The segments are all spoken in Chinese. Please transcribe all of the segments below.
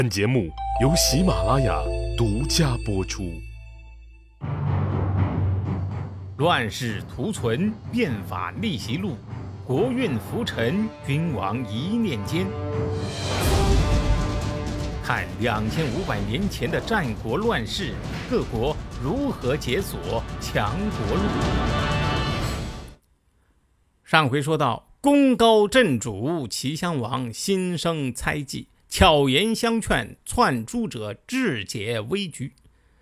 本节目由喜马拉雅独家播出。 乱世图存，变法逆袭录，国运浮沉，君王一念间。看2500年前的战国乱世，各国如何解锁强国路。上回说到，功高震主，齐襄王心生猜忌，巧言相劝，篡诸者志解危局。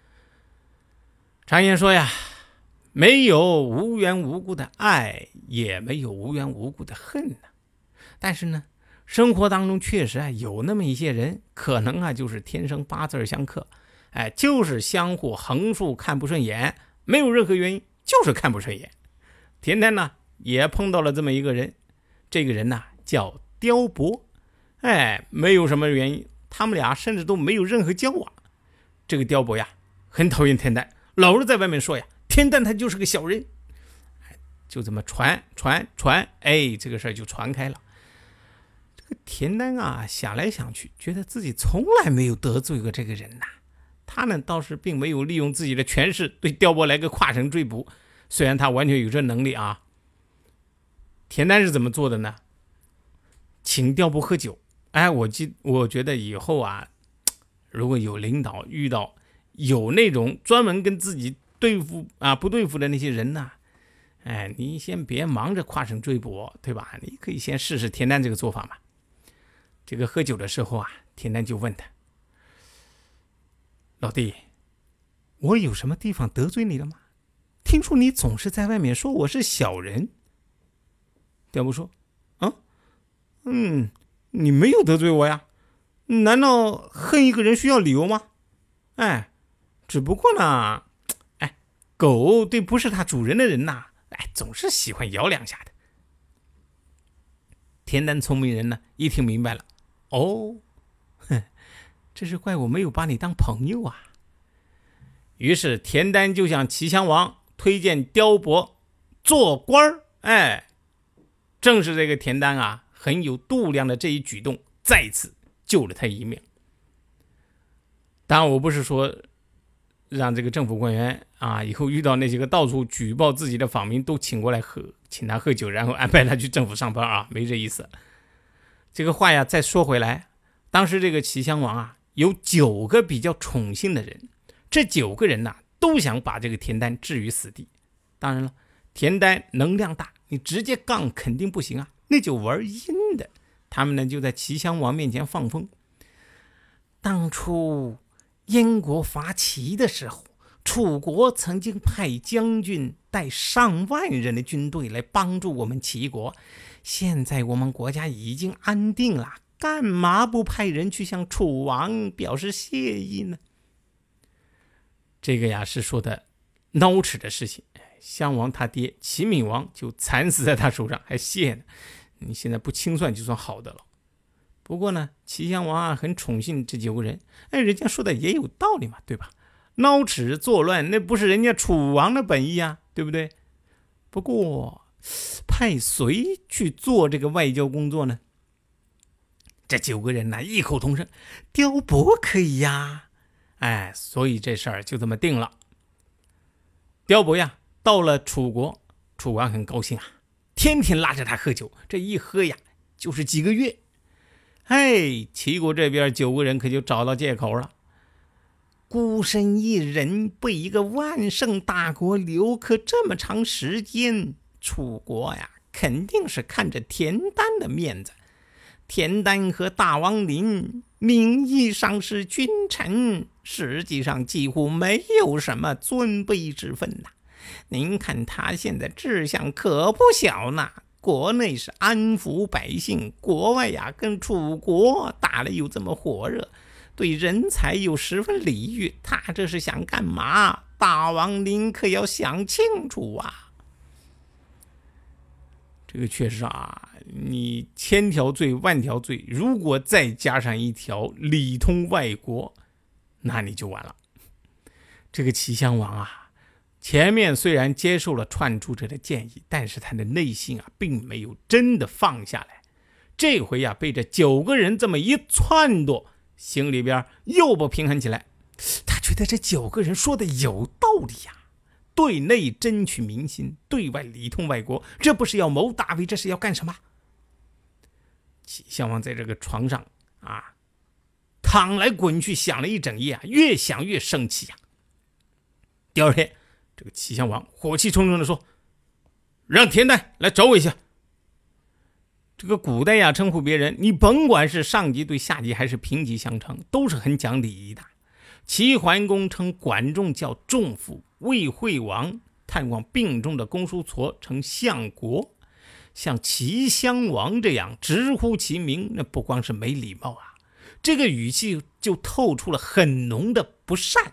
常言说呀，没有无缘无故的爱，也没有无缘无故的恨但是呢，生活当中确实有那么一些人，可能就是天生八字相克，就是相互横竖看不顺眼，没有任何原因，就是看不顺眼。田丹呢也碰到了这么一个人，这个人叫刁伯，没有什么原因，他们俩甚至都没有任何交往。这个刁伯呀很讨厌田丹，老是在外面说呀，田丹他就是个小人。就这么传，这个事儿就传开了。这个田丹想来想去，觉得自己从来没有得罪过这个人他呢倒是并没有利用自己的权势对刁伯来个跨城追捕，虽然他完全有这能力田丹是怎么做的呢？请刁伯喝酒。我觉得以后如果有领导遇到有那种专门跟自己对付不对付的那些人你先别忙着跨省追捕，对吧？你可以先试试田丹这个做法嘛。这个喝酒的时候田丹就问他：老弟，我有什么地方得罪你了吗？听说你总是在外面说我是小人。刁伯说：你没有得罪我呀，难道恨一个人需要理由吗？只不过呢，狗对不是它主人的人总是喜欢咬两下的。田丹聪明人一听明白了，这是怪我没有把你当朋友于是田丹就向齐襄王推荐刁伯做官正是这个田丹很有度量的这一举动，再次救了他一命。当然我不是说让这个政府官员以后遇到那些个到处举报自己的访民都请过来请他喝酒，然后安排他去政府上班没这意思。这个话再说回来，当时这个齐襄王有9个比较宠幸的人，这9个人都想把这个田丹置于死地。当然了，田丹能量大，你直接杠肯定不行那就玩阴的。他们呢就在齐襄王面前放风，当初燕国伐齐的时候，楚国曾经派将军带上万人的军队来帮助我们齐国，现在我们国家已经安定了，干嘛不派人去向楚王表示谢意呢？这个是说的孬齿的事情。襄王他爹齐闵王就惨死在他手上，还谢呢，你现在不清算就算好的了。不过呢，齐襄王很宠幸这9个人，人家说的也有道理嘛，对吧？孬齿作乱，那不是人家楚王的本意对不对？不过派谁去做这个外交工作呢？这9个人异口同声，刁伯可以所以这事儿就这么定了。刁伯到了楚国，楚王很高兴天天拉着他喝酒，这一喝就是几个月。齐国这边9个人可就找到借口了，孤身一人被一个万圣大国留客这么长时间，楚国肯定是看着田丹的面子。田丹和大王陵名义上是君臣，实际上几乎没有什么尊卑之分您看他现在志向可不小呢，国内是安抚百姓，国外跟楚国打得又这么火热，对人才又十分礼遇，他这是想干嘛？大王您可要想清楚这个确实你千条罪万条罪，如果再加上一条里通外国，那你就完了。这个齐襄王前面虽然接受了篡诸者的建议，但是他的内心并没有真的放下来。这回被这9个人这么一撺掇， 心里边又不平衡起来。他觉得这9个人说的有道理呀，对内争取民心，对外里通外国，这不是要谋大位，这是要干什么？齐襄王在这个床上躺来滚去，想了一整夜越想越生气第二天，这个齐襄王火气冲冲地说：“让田丹来找我一下。”这个古代称呼别人，你甭管是上级对下级还是平级相称，都是很讲礼仪的。齐桓公称管仲叫仲父，魏惠王探望病重的公叔痤称相国。像齐襄王这样直呼其名，那不光是没礼貌这个语气就透出了很浓的不善。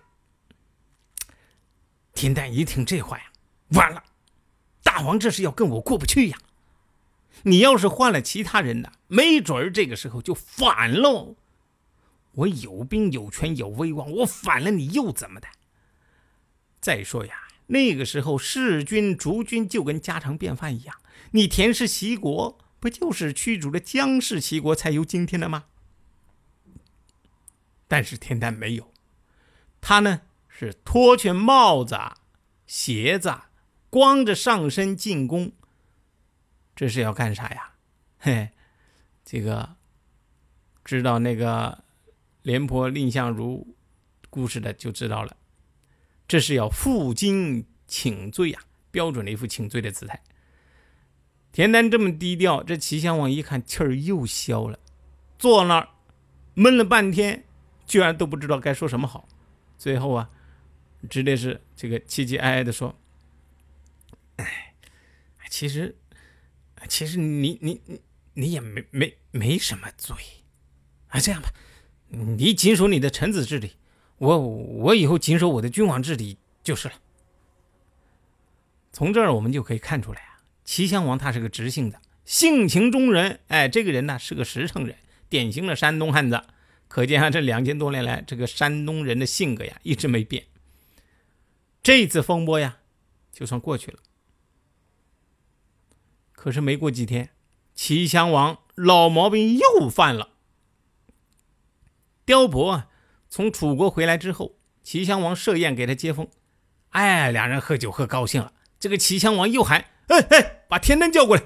田丹一听这话完了，大王这是要跟我过不去你要是换了其他人没准这个时候就反喽。我有兵有权有威望，我反了你又怎么的？再说那个时候弑君逐君就跟家常便饭一样，你田氏齐国不就是驱逐了姜氏齐国才有今天的吗？但是田丹没有，他呢是脱去帽子鞋子，光着上身进宫，这是要干啥这个知道那个廉颇蔺相如故事的就知道了，这是要负荆请罪标准的一副请罪的姿态。田丹这么低调，这齐襄王一看气儿又消了，坐那儿闷了半天，居然都不知道该说什么好。最后只得是这个凄凄哀哀的说：“其实你也没什么罪这样吧，你谨守你的臣子之礼，我以后谨守我的君王之礼就是了。”从这儿我们就可以看出来齐襄王他是个直性的，性情中人。这个人是个实诚人，典型的山东汉子。可见这2000多年来，这个山东人的性格一直没变。这次风波就算过去了。可是没过几天，齐襄王老毛病又犯了。刁伯从楚国回来之后，齐襄王设宴给他接风。两人喝酒喝高兴了，这个齐襄王又喊：“把田丹叫过来。”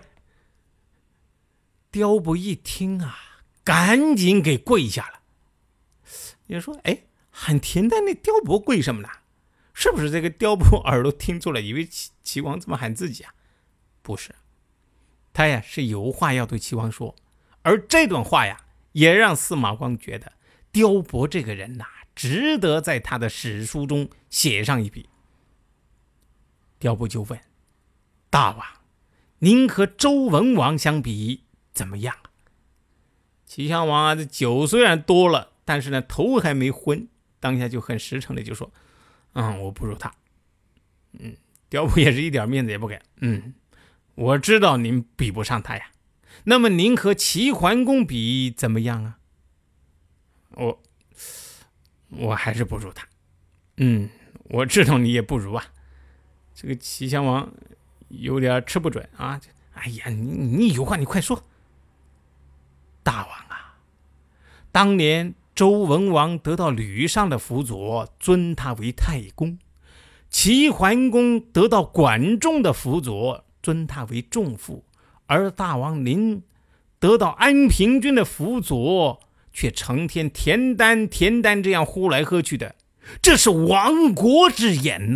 刁伯一听赶紧给跪下了。你说喊田丹那刁伯跪什么呢？是不是这个刁伯耳朵听错了，以为齐王怎么喊自己不是，他是有话要对齐王说。而这段话也让司马光觉得刁伯这个人值得在他的史书中写上一笔。刁伯就问：“大王，您和周文王相比怎么样？”齐襄王这酒虽然多了，但是呢头还没昏，当下就很实诚的就说：“我不如他。”刁伯也是一点面子也不给。我知道您比不上他那么您和齐桓公比怎么样我还是不如他。我知道你也不如这个齐襄王有点吃不准你有话你快说。大王当年周文王得到吕尚的辅佐，尊他为太公；齐桓公得到管仲的辅佐，尊他为仲父。而大王您得到安平君的辅佐，却成天田丹这样呼来喝去的，这是亡国之言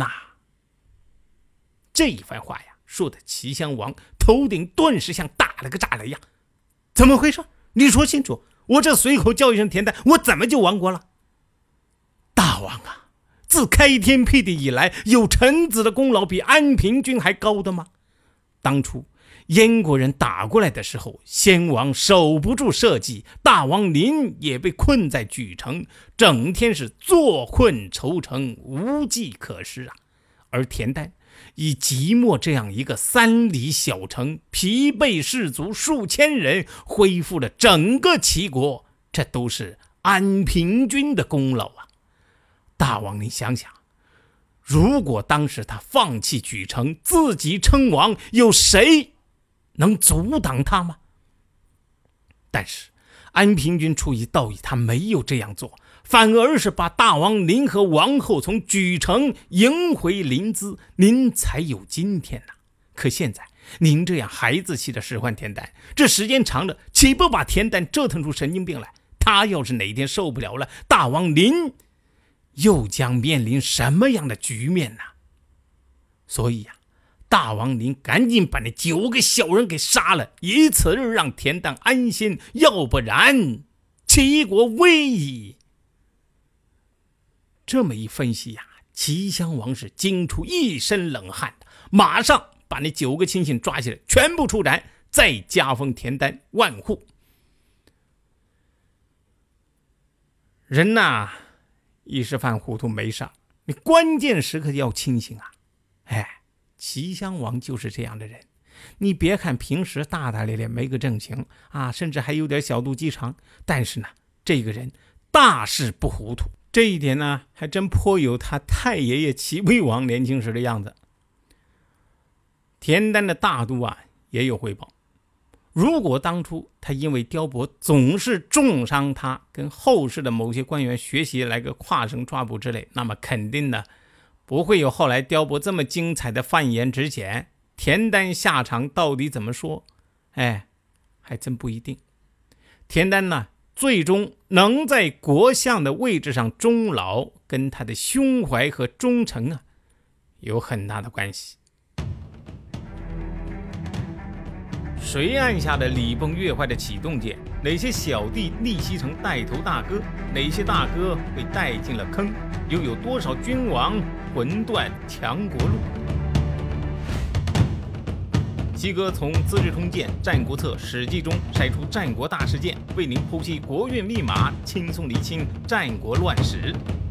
这一番话说的齐襄王头顶顿时像打了个炸雷怎么回事？你说清楚，我这随口叫一声田丹，我怎么就亡国了？大王自开天辟地以来，有臣子的功劳比安平君还高的吗？当初燕国人打过来的时候，先王守不住社稷，大王您也被困在莒城，整天是坐困愁城，无计可施而田丹以即墨这样一个3里小城，疲惫士卒数千人，恢复了整个齐国，这都是安平君的功劳大王您想想，如果当时他放弃莒城，自己称王，有谁能阻挡他吗？但是安平君出于道义，他没有这样做，反而是把大王您和王后从莒城迎回临淄，您才有今天呐。可现在您这样孩子气的使唤田丹，这时间长了，岂不把田丹折腾出神经病来？他要是哪天受不了了，大王您又将面临什么样的局面呢？所以呀，大王您赶紧把那9个小人给杀了，以此日让田丹安心，要不然齐国危矣。这么一分析呀，齐襄王是惊出一身冷汗，马上把那9个亲信抓起来，全部处斩，再加封田丹万户。人呐，一时犯糊涂没事，你关键时刻要清醒啊！齐襄王就是这样的人。你别看平时大大咧咧没个正形啊，甚至还有点小肚鸡肠，但是呢，这个人大事不糊涂。这一点呢，还真颇有他太爷爷齐威王年轻时的样子。田丹的大都啊，也有回报。如果当初他因为刁伯总是重伤他，跟后世的某些官员学习来个跨省抓捕之类，那么肯定呢不会有后来刁伯这么精彩的犯言直谏。田丹下场到底怎么说？还真不一定。田丹呢，最终能在国相的位置上终老，跟他的胸怀和忠诚啊有很大的关系。谁按下了礼崩乐坏的启动键？哪些小弟逆袭成带头大哥？哪些大哥被带进了坑？又有多少君王魂断强国路？西哥从《资治通鉴》《战国策》《史记》中筛出战国大事件，为您剖析国运密码，轻松厘清战国乱史。